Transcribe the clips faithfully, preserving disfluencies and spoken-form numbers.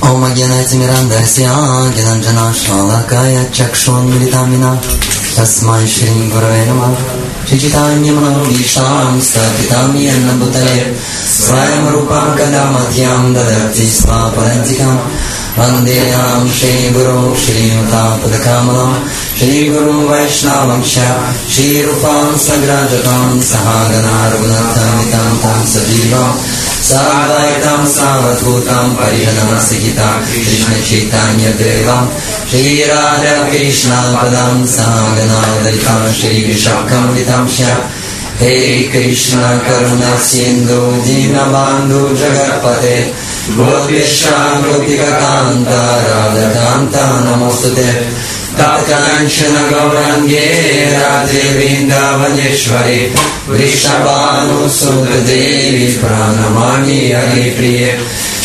Om Agyanayatimirandasya Gyananjana Shalakaya Chakshunmilitamina Tasmai Shri Gurave Namah Shri Chaitanya Visham Stapitam Yenna Bhutale Swayam Rupam Kadamatyam Dadati Svapadantikam Vandeyam Shri Guru Shri Utapadakamalam Shri Guru Vaishnavam Sha Shri Rupam Sagrajatam Sahagana Raghunathamitam Tam Sajivam Sadvaitam Savathutam Parijanam Sikitam Krishna Chaitanya Devam Shri Radha Krishna Padam Sahagana Dalita Shri Vishakam Vitamsha Hey Krishna Karuna Sindhu Dinabandhu Jagarpate Gopisham Gopika Kanta Radha Kanta Namostute Tatkanshana Gaurange Radhe Vrindavaneshwari Vrishabhanu Sudha Devi Pranamani Hari Priye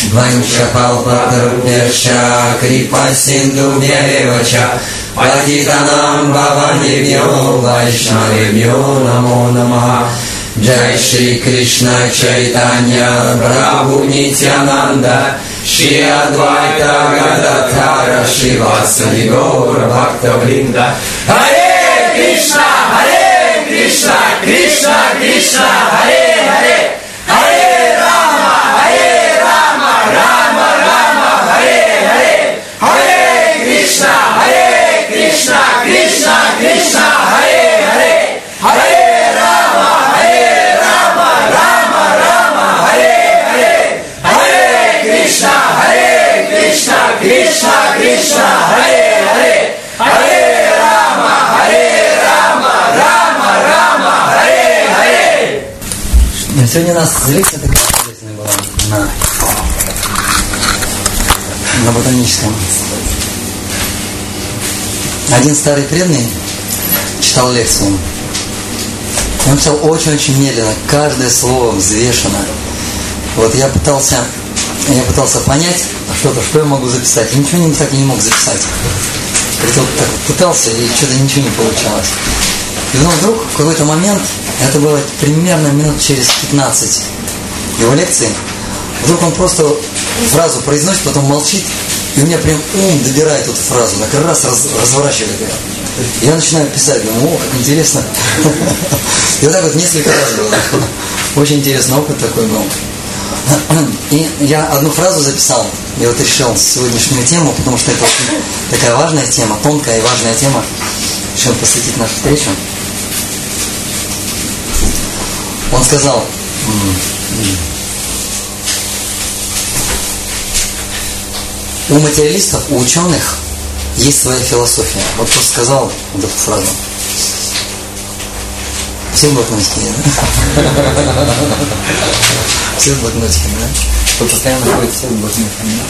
Vanshapalpatarupyascha Kripa Sindhu Vyaevacha Patitanam Bhavanebhyo Vaishnavebhyo Namo Namaha Jai Shri Krishna Chaitanya Prabhu Nityananda Shri Advaita Gadadhara Shri Vasadi Gaura Bhakta Vrinda Hare Krishna Hare Krishna Krishna Krishna Hare Hare Hare Rama Hare Rama Rama Rama Hare Hare Hare Krishna Hare Krishna Krishna Krishna Hare Hare Hare Rama Hare Rama Rama Rama Hare Hare Hare Krishna Hare Krishna Krishna Krishna Hare Hare Hare Rama Hare Rama Rama Rama Hare Hare. Сегодня у нас лекция такая интересная была на, на ботаническом. Один старый преданный читал лекцию. Он читал очень-очень медленно, каждое слово взвешено. Вот я пытался, я пытался понять что-то, что я могу записать. И ничего не, так и не мог записать. Как-то вот так вот пытался, и что-то ничего не получалось. И потом вдруг в какой-то момент, это было примерно минут через пятнадцать его лекции, вдруг он просто фразу произносит, потом молчит, и у меня прям ум добирает эту фразу, так раз, раз разворачивает ее. И я начинаю писать, думаю, о, как интересно. И вот так вот несколько раз было. Очень интересный опыт такой был. И я одну фразу записал, и вот решил сегодняшнюю тему, потому что это очень такая важная тема, тонкая и важная тема, решил посвятить нашу встречу. Он сказал, у материалистов, у ученых есть своя философия. Вот просто сказал вот эту фразу. Все в блокнотике, да? Все в блокнотике, да? Что постоянно ходит все в блокнотике,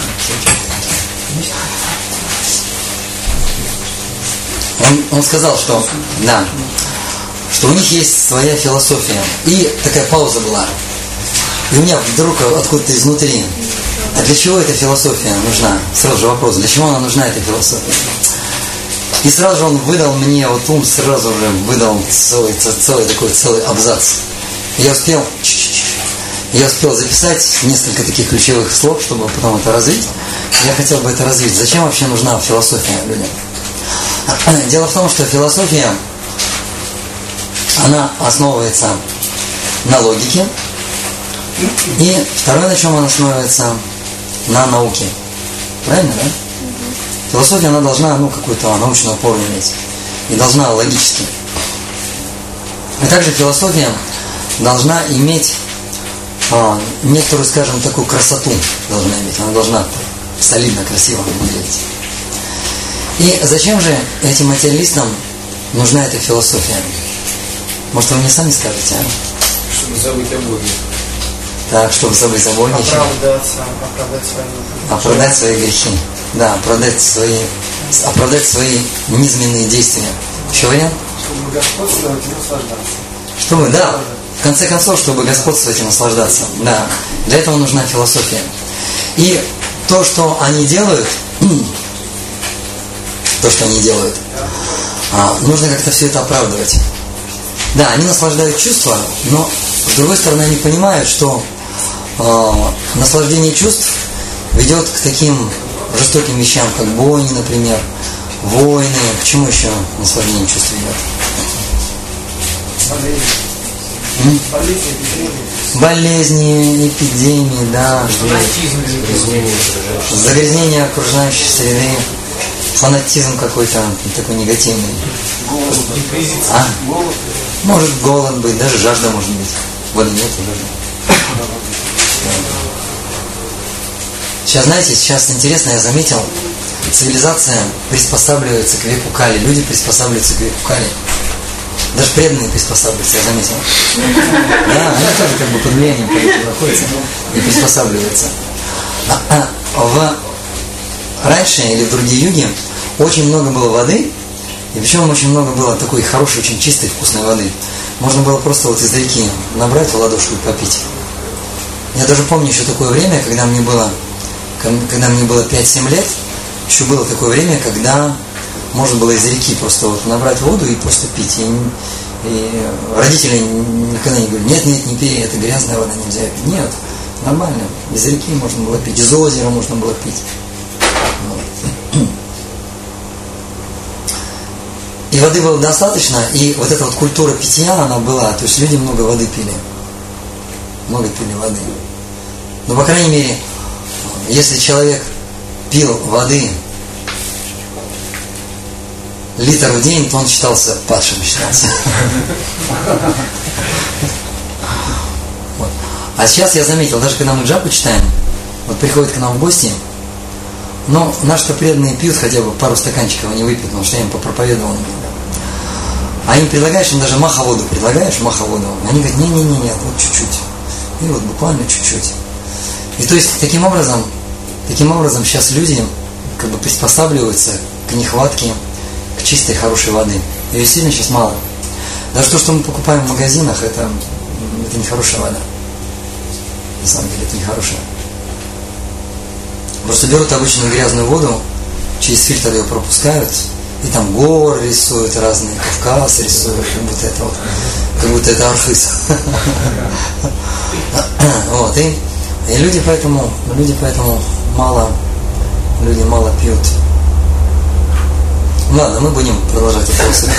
да? Он, он сказал, что да, что у них есть своя философия. И такая пауза была. И у меня вдруг откуда-то изнутри: а для чего эта философия нужна? Сразу же вопрос, для чего она нужна, эта философия? И сразу же он выдал мне, вот ум сразу же выдал целый, целый такой целый абзац. И я успел, я успел записать несколько таких ключевых слов, чтобы потом это развить. Я хотел бы это развить. Зачем вообще нужна философия людям? Дело в том, что философия, она основывается на логике. И второе, на чем она основывается, на науке. Правильно, да? Философия, она должна, ну, какую-то научную опору иметь. И должна логически. И также философия должна иметь а, некоторую, скажем, такую красоту должна иметь. Она должна солидно, красиво выглядеть. И зачем же этим материалистам нужна эта философия? Может, вы мне сами скажете, а? Чтобы забыть о Боге. Так, чтобы забыть о Боге. Оправдаться, оправдать свои Оправдать свои грехи. Да, оправдать свои, оправдать свои низменные действия. Еще вариант? Чтобы господствовать и наслаждаться. Чтобы, да, в конце концов, чтобы господствовать и наслаждаться. Да, для этого нужна философия. И то, что они делают, то, что они делают, нужно как-то все это оправдывать. Да, они наслаждают чувства, но с другой стороны они понимают, что э, наслаждение чувств ведет к таким жестоким вещам, как бойни, например, войны. К чему еще наслаждение чувств ведет? Болезни, Болезни, эпидемии, да. Загрязнение окружающей среды. Фанатизм какой-то такой негативный. голод, А? Может голод быть, даже жажда может быть. Воды нет, жажда. Сейчас, знаете, сейчас интересно, я заметил, цивилизация приспосабливается к веку Кали. Люди приспосабливаются к веку Кали. Даже преданные приспосабливаются, я заметил. Да, они тоже как бы под влиянием находятся и приспосабливаются. А, а, в... Раньше или в другие юги очень много было воды, и причем очень много было такой хорошей, очень чистой, вкусной воды. Можно было просто вот из реки набрать в ладошку и попить. Я даже помню еще такое время, когда мне было, когда мне было пять-семь лет, еще было такое время, когда можно было из реки просто вот набрать воду и просто пить. И, и родители никогда не говорили, нет, нет, не пей, это грязная вода, нельзя пить. Нет, нормально, из реки можно было пить, из озера можно было пить. Вот. И воды было достаточно, и вот эта вот культура питья, она была, то есть люди много воды пили. Много пили воды. Но, по крайней мере, если человек пил воды литр в день, то он считался падшим, считался. Вот. А сейчас я заметил, даже когда мы джапу читаем, вот приходят к нам в гости, но наши-то преданные пьют хотя бы пару стаканчиков, они выпьют, потому что я им попроповедовал иногда. А им предлагаешь, им даже маха-воду предлагаешь, маха-воду. Они говорят, не-не-не, вот чуть-чуть. И вот буквально чуть-чуть. И то есть таким образом, таким образом сейчас люди как бы приспосабливаются к нехватке, к чистой, хорошей воды. Ее сильно сейчас мало. Даже то, что мы покупаем в магазинах, это, это не хорошая вода. На самом деле это не хорошая. Просто берут обычную грязную воду, через фильтр ее пропускают, и там горы рисуют разные, Кавказ рисуют, как будто это вот, как будто это Архыз. Вот, и, и люди поэтому, люди поэтому мало, люди мало пьют. Ладно, мы будем продолжать эту философию.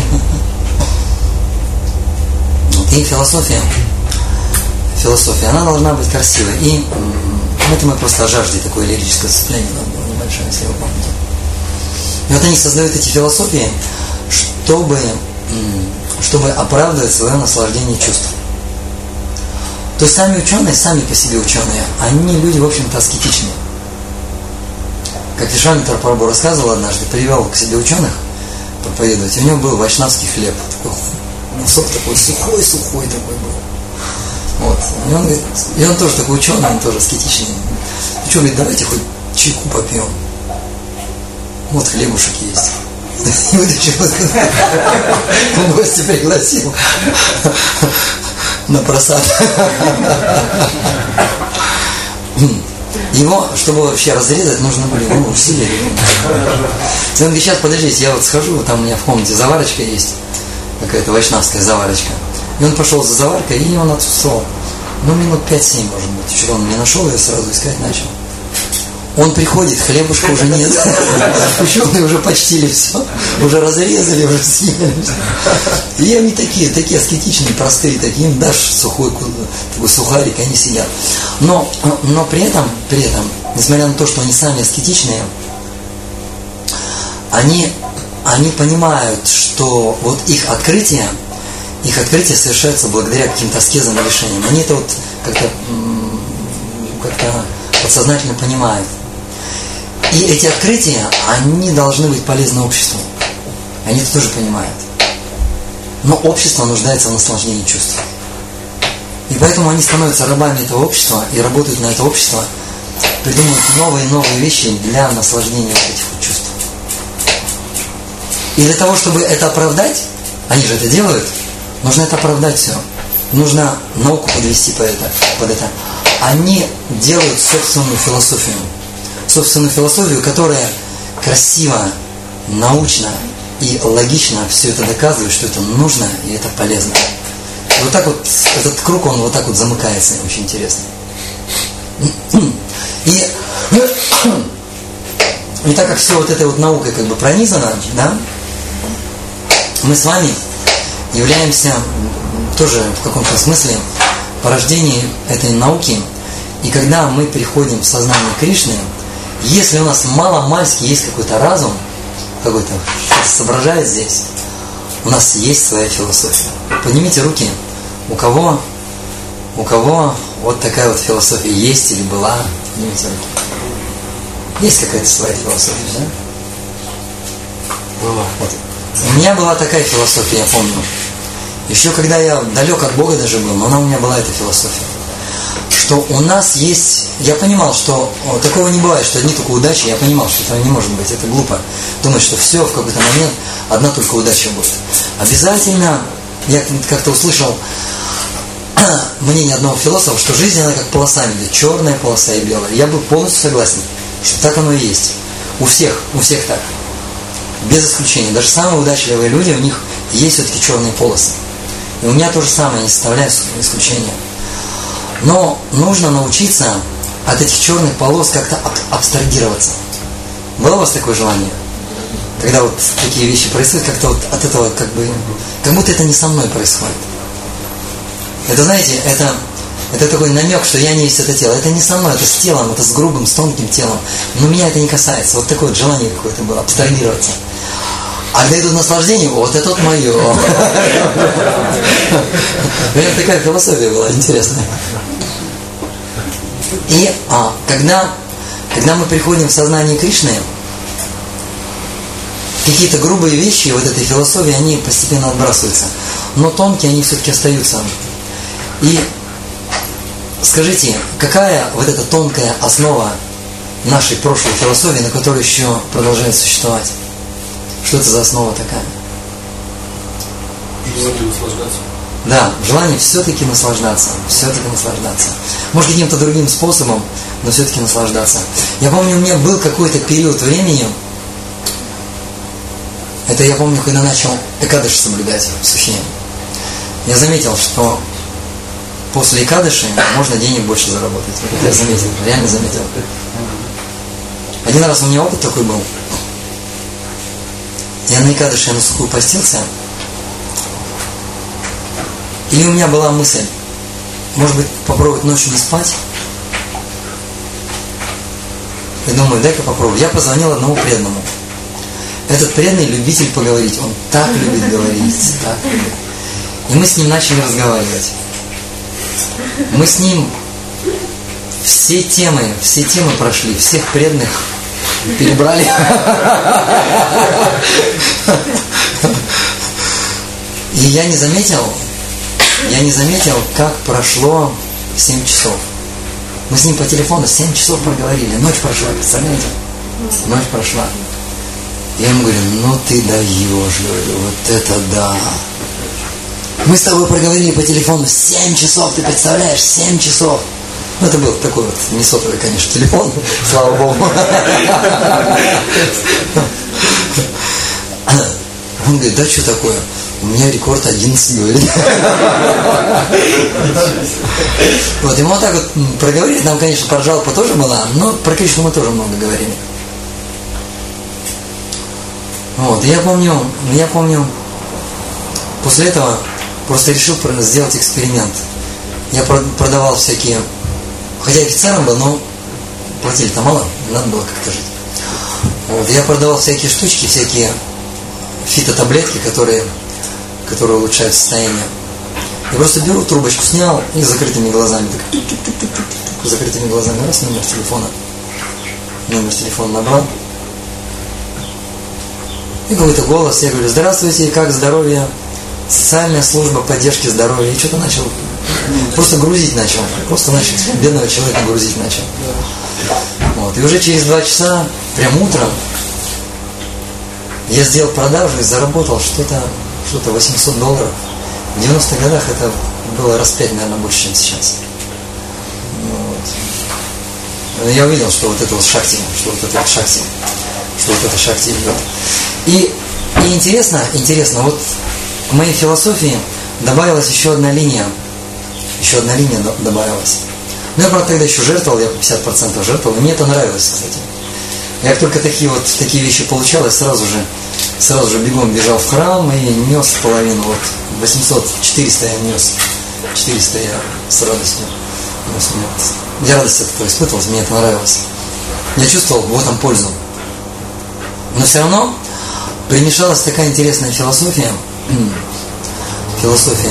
И философия, философия, она должна быть красивой. И это мы просто о жажде, такое лирическое состояние было небольшое, если вы помните. И вот они создают эти философии, чтобы, чтобы оправдывать свое наслаждение чувств. То есть сами ученые, сами по себе ученые, они люди, в общем-то, аскетичные. Как Вишвамитра Прабху рассказывал однажды, привел к себе ученых проповедовать, и у него был вайшнавский хлеб, такой кусок такой сухой-сухой такой был. Вот. И он говорит, и он тоже такой ученый, он тоже аскетичный. Ну что, говорит, давайте хоть чайку попьем. Вот хлебушек есть. И вытащил, он гостя пригласил на просад. Его, чтобы вообще разрезать, нужно были ну, усилия. И он говорит, сейчас подождите, я вот схожу, там у меня в комнате заварочка есть, какая-то вайшнавская заварочка. И он пошел за заваркой, и он отсутствовал. Ну, минут пять-семь, может быть. Вчера он не нашел ее, сразу искать начал. Он приходит, хлебушка уже нет. Ученые уже почтили все. Уже разрезали, уже съели. И они такие, такие аскетичные, простые, такие. Им дашь сухой, такой сухарик, они сидят. Но, но при этом, при этом, несмотря на то, что они сами аскетичные, они, они понимают, что вот их открытие, их открытие совершается благодаря каким-то аскезам и решениям. Они это вот как-то, как-то подсознательно понимают. И эти открытия, они должны быть полезны обществу. Они это тоже понимают. Но общество нуждается в наслаждении чувств. И поэтому они становятся рабами этого общества и работают на это общество, придумывают новые и новые вещи для наслаждения вот этих вот чувств. И для того, чтобы это оправдать, они же это делают, нужно это оправдать все. Нужно науку подвести под это, под это. Они делают собственную философию. Собственную философию, которая красиво, научно и логично все это доказывает, что это нужно и это полезно. И вот так вот, этот круг, он вот так вот замыкается, очень интересно. И и так как все вот этой вот наукой как бы пронизано, да, мы с вами являемся тоже в каком-то смысле порождением этой науки. И когда мы приходим в сознание Кришны, если у нас мало-мальски есть какой-то разум, какой-то что-то соображает здесь, у нас есть своя философия. Поднимите руки, у кого, у кого вот такая вот философия есть или была. Поднимите руки. Есть какая-то своя философия, да? Была. Вот. У меня была такая философия, я помню. Еще когда я далек от Бога даже был, но она у меня была, эта философия. Что у нас есть... Я понимал, что о, такого не бывает, что одни только удачи. Я понимал, что этого не может быть. Это глупо. Думать, что все, в какой-то момент одна только удача будет. Обязательно, я как-то услышал мнение одного философа, что жизнь, она как полосами идет. Черная полоса и белая. Я был полностью согласен, что так оно и есть. У всех, у всех так. Без исключения. Даже самые удачливые люди, у них есть все-таки черные полосы. И у меня то же самое, не составляю исключения. Но нужно научиться от этих черных полос как-то абстрагироваться. Было у вас такое желание? Когда вот такие вещи происходят, как-то вот от этого как бы... Как будто это не со мной происходит. Это, знаете, это, это такой намек, что я не есть это тело. Это не со мной, это с телом, это с грубым, с тонким телом. Но меня это не касается. Вот такое вот желание какое-то было, абстрагироваться. А когда идут наслаждения, вот это вот мое. У меня такая философия была интересная. И а, когда, когда мы приходим в сознание Кришны, какие-то грубые вещи вот этой философии, они постепенно отбрасываются. Но тонкие, они все-таки остаются. И скажите, какая вот эта тонкая основа нашей прошлой философии, на которой еще продолжает существовать? Что это за основа такая? Желание наслаждаться. Да, желание все-таки наслаждаться, все-таки наслаждаться. Может, каким-то другим способом, но все-таки наслаждаться. Я помню, у меня был какой-то период времени, это я помню, когда начал экадыши соблюдать сухие. Я заметил, что после экадыши можно денег больше заработать. Это я заметил, реально заметил. Один раз у меня опыт такой был. Я на экадыши, я на сухую постился. И у меня была мысль, может быть, попробовать ночью не спать. И думаю, дай-ка попробую. Я позвонил одному преданному. Этот преданный любитель поговорить. Он так любит говорить, так любит. И мы с ним начали разговаривать. Мы с ним все темы, все темы прошли, всех преданных перебрали. И я не заметил, я не заметил, как прошло семь часов. Мы с ним по телефону семь часов проговорили. Ночь прошла, представляете? Ночь прошла. Я ему говорю, ну ты даешь, говорю, вот это да. Мы с тобой проговорили по телефону семь часов, ты представляешь, семь часов. Ну, это был такой вот, не сотовый, конечно, телефон, слава Богу. Он говорит, да что такое? У меня рекорд одиннадцать, говорит. Вот, и мы вот так вот проговорили, там, конечно, поржалка тоже была, но про Кришну мы тоже много говорили. Вот, и я помню, я помню, после этого просто решил сделать эксперимент. Я продавал всякие, хотя офицером был, но платили-то мало, надо было как-то жить. Вот, я продавал всякие штучки, всякие фитотаблетки, которые, которые улучшают состояние. Я просто беру, трубочку снял и с закрытыми глазами, так, с закрытыми глазами, раз, номер телефона. Номер телефона набрал. И какой-то голос, я говорю, здравствуйте, как здоровье? Социальная служба поддержки здоровья. И что-то начал, просто грузить начал. Просто начал, бедного человека грузить начал. Вот. И уже через два часа, прям утром, я сделал продажу и заработал что-то, что-то восемьсот долларов. В девяностых годах это было раз пять, наверное, больше, чем сейчас. Вот. Я увидел, что вот это вот шакти, что вот это вот шакти, что вот это шакти идет. И, и интересно, интересно, вот к моей философии добавилась еще одна линия. Еще одна линия добавилась. Ну, я, правда, тогда еще жертвовал, я по пятьдесят процентов жертвовал, и мне это нравилось, кстати. Я как только такие вот такие вещи получал, я сразу же, сразу же бегом бежал в храм и нес половину, вот восемьсот, четыреста я нес, четыреста я с радостью нес. Я радость от этого испытывал, мне это нравилось. Я чувствовал в этом пользу. Но все равно примешалась такая интересная философия, философия,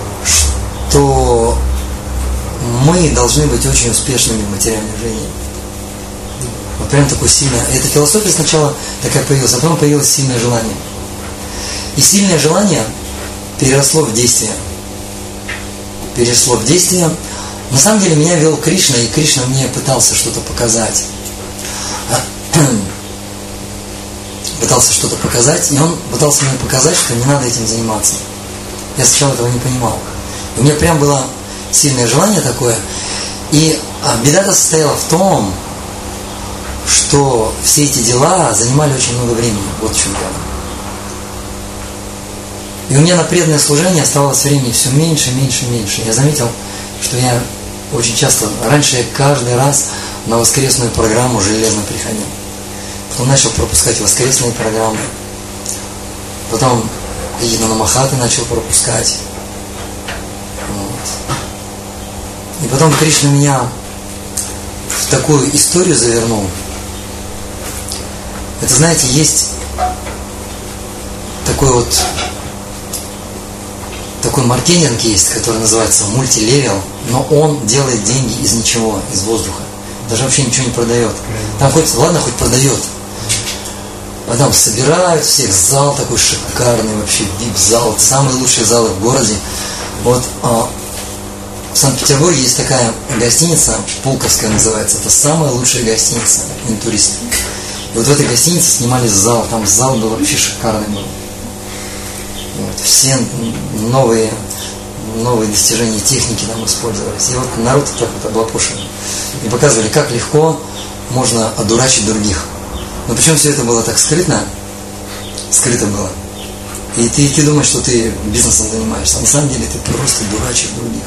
что мы должны быть очень успешными в материальной жизни. Вот прям такое сильное. Эта философия сначала такая появилась, а потом появилось сильное желание. И сильное желание переросло в действие. Переросло в действие. На самом деле меня вел Кришна, и Кришна мне пытался что-то показать. Пытался что-то показать, и он пытался мне показать, что не надо этим заниматься. Я сначала этого не понимал. И у меня прям было сильное желание такое. И беда-то состояла в том, что все эти дела занимали очень много времени. Вот в чем дело. И у меня на преданное служение оставалось времени все меньше, меньше, меньше. Я заметил, что я очень часто, раньше я каждый раз на воскресную программу железно приходил. Потом начал пропускать воскресные программы. Потом какие-то намахаты начал пропускать. Вот. И потом Кришна меня в такую историю завернул. Это, знаете, есть такой вот такой маркетинг есть, который называется мультилевел, но он делает деньги из ничего, из воздуха. Даже вообще ничего не продает. Там хоть, ладно, хоть продает. А там собирают всех, зал такой шикарный, вообще вип-зал, самые лучшие залы в городе. Вот а, в Санкт-Петербурге есть такая гостиница, Пулковская называется, это самая лучшая гостиница для туристов. И вот в этой гостинице снимали зал, там зал был вообще шикарный был. Вот, все новые, новые достижения техники там использовались. И вот народ так вот облапошен. И показывали, как легко можно одурачить других. Но причем все это было так скрытно, скрыто было. И ты, ты думаешь, что ты бизнесом занимаешься, а на самом деле ты просто дурачишь других.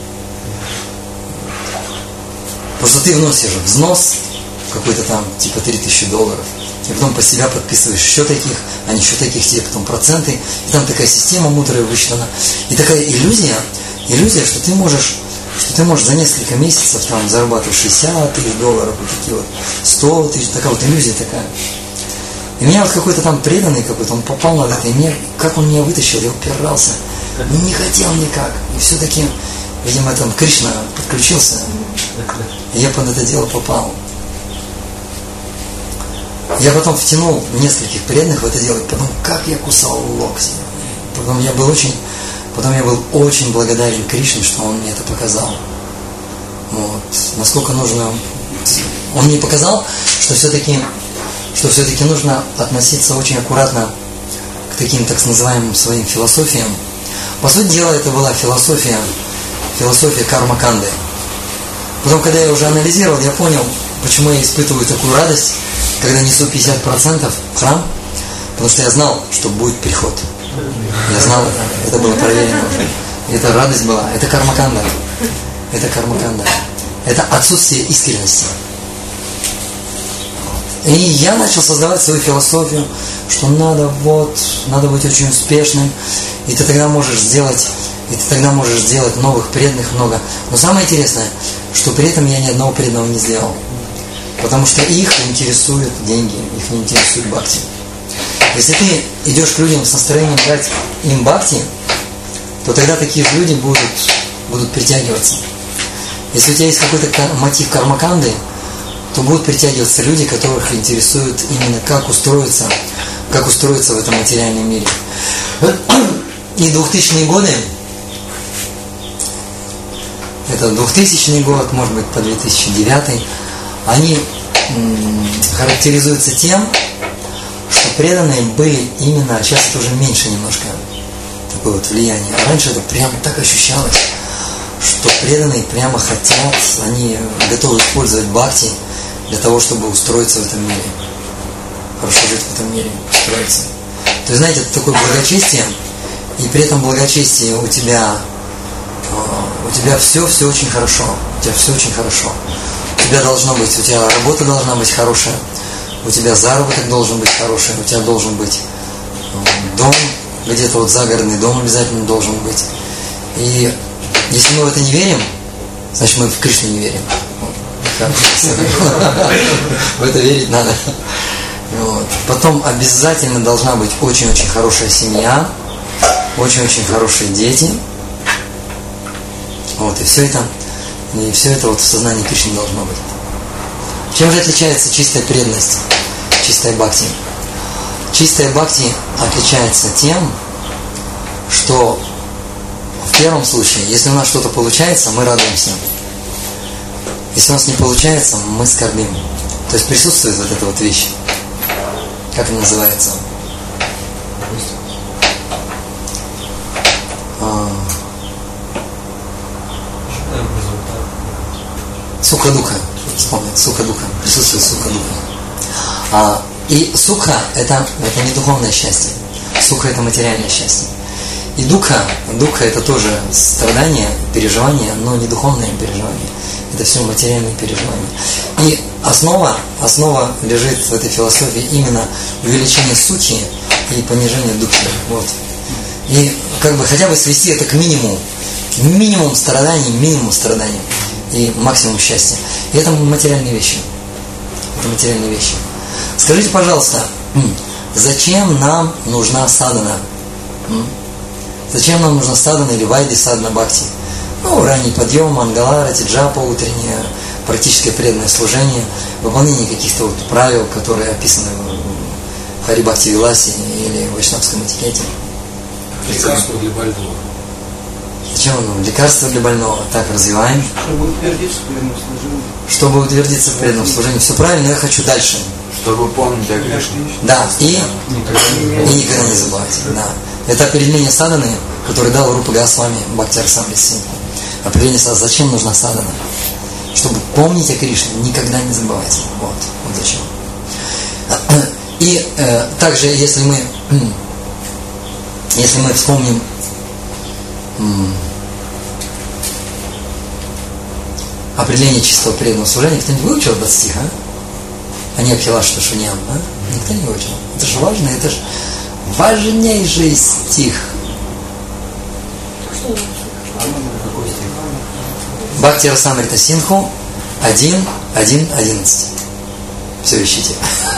Потому что ты вносишь взнос какой-то там, типа три тысячи долларов, и потом по себя подписываешь еще таких, а не еще таких, тебе потом проценты, и там такая система мудрая высчитана. И такая иллюзия, иллюзия, что ты можешь, что ты можешь за несколько месяцев там зарабатывать шестьдесят тысяч долларов, вот такие вот, сто тысяч, такая вот иллюзия такая. И меня вот какой-то там преданный какой-то, он попал на это, и мне, как он меня вытащил, я упирался, не хотел никак. И все-таки, видимо, там Кришна подключился, и я под это дело попал. Я потом втянул нескольких преданных в это дело, и потом как я кусал локти. Потом я был очень, потом я был очень благодарен Кришне, что он мне это показал. Вот. Насколько нужно... Он мне показал, что все-таки, что все-таки нужно относиться очень аккуратно к таким, так называемым, своим философиям. По сути дела, это была философия, философия карма-канды. Потом, когда я уже анализировал, я понял, почему я испытываю такую радость, когда несу пятьдесят процентов в храм, потому что я знал, что будет приход. Я знал это, это было проверено уже. И это радость была, это карма-канда. Это карма-канда. Это отсутствие искренности. И я начал создавать свою философию, что надо вот, надо быть очень успешным, и ты тогда можешь сделать, и ты тогда можешь сделать новых преданных много. Но самое интересное, что при этом я ни одного преданного не сделал. Потому что их интересуют деньги, их не интересует бхакти. Если ты идешь к людям с настроением дать им бхакти, то тогда такие же люди будут, будут притягиваться. Если у тебя есть какой-то мотив кармаканды, то будут притягиваться люди, которых интересует именно как устроиться, как устроиться в этом материальном мире. И двухтысячные годы, это двухтысячный год, может быть, по две тысячи девятый, они м, характеризуются тем, что преданные были именно, сейчас это уже меньше немножко, такое вот влияние. Раньше это прям так ощущалось, что преданные прямо хотят, они готовы использовать бхакти для того, чтобы устроиться в этом мире, хорошо жить в этом мире, устроиться. То есть, знаете, это такое благочестие, и при этом благочестии у тебя, у тебя все, все очень хорошо, у тебя все очень хорошо. У тебя должно быть, у тебя работа должна быть хорошая, у тебя заработок должен быть хороший, у тебя должен быть дом, где-то вот загородный дом обязательно должен быть. И если мы в это не верим, значит мы в Кришну не верим. В это верить надо. Вот. Потом обязательно должна быть очень-очень хорошая семья, очень-очень хорошие дети. Вот, и все это, и все это вот в сознании Кришны должно быть. Чем же отличается чистая преданность, чистая бхакти? Чистая бхакти отличается тем, что в первом случае, если у нас что-то получается, мы радуемся. Если у нас не получается, мы скорбим. То есть присутствует вот эта вот вещь. Как она называется? А... Суха-духа. Вспомнил. Суха-духа. Присутствует суха-духа. А, и суха это, это не духовное счастье. Суха это материальное счастье. И духа, духа это тоже страдание, переживание, но не духовное переживание. Это все материальные переживания. И основа, основа лежит в этой философии именно увеличение сухи и понижение духи. Вот. И как бы хотя бы свести это к минимуму. Минимум страданий, минимум страданий. И максимум счастья. И это материальные вещи. Это материальные вещи. Скажите, пожалуйста, зачем нам нужна садхана? Зачем нам нужна садхана или вайди садхана бхакти? Ну, ранний подъем, мангаларати, джапа утреннее, практическое преданное служение, выполнение каких-то вот правил, которые описаны в Хари Бхакти Виласе или в вайшнавском этикете. Лекарство для больного. Зачем оно? Лекарство для больного. Так, развиваем. Чтобы утвердиться в преданном служении. Чтобы утвердиться в преданном служении. Все правильно, я хочу дальше. Чтобы помнить о Кришне. Да, и никогда, и никогда не забывать. Да. Это определение садханы, которое дал Рупа Госвами Бхакти Расамрита Синдху. Определение садханы. Зачем нужна садхана? Чтобы помнить о Кришне, никогда не забывать. Вот, вот зачем. И э, также, если мы если мы вспомним м, определение чистого преданного служения, кто-нибудь выучил этот стих, а? А не Абхилаша Шуньям, а? Никто не выучил. Это же важно, это же важнейший стих. Бхакти Расамрита Синдху один, один, одиннадцать. Все ищите.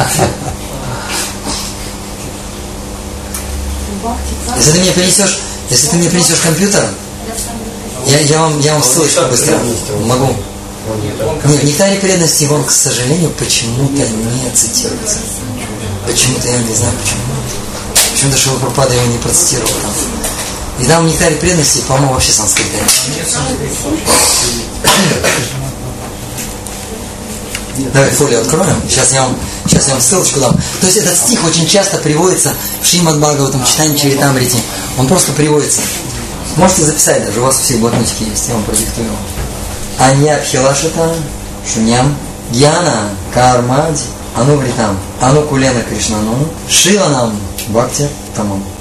Если ты мне принесешь, если ты мне принесешь компьютер, я, я вам, я вам ссылочку быстро могу. Не, в нектаре преданности он, к сожалению, почему-то не цитируется. Почему-то я не знаю почему. Почему-то Шрила Прабхупада его не процитировал там. И там в нектаре преданности, по-моему, вообще санскрита нет. Давай фолию откроем. Сейчас я вам, сейчас я вам ссылочку дам. То есть этот стих очень часто приводится в Шримад Бхагаватам, читании Чаритамрити. Он просто приводится. Можете записать даже, у вас все блокнотики есть, я вам продиктую. Анья Абхилашита Шуньям Гьяна Кармади Анувритам Анукулена Кришнану Шиланам Бхакти Тамам.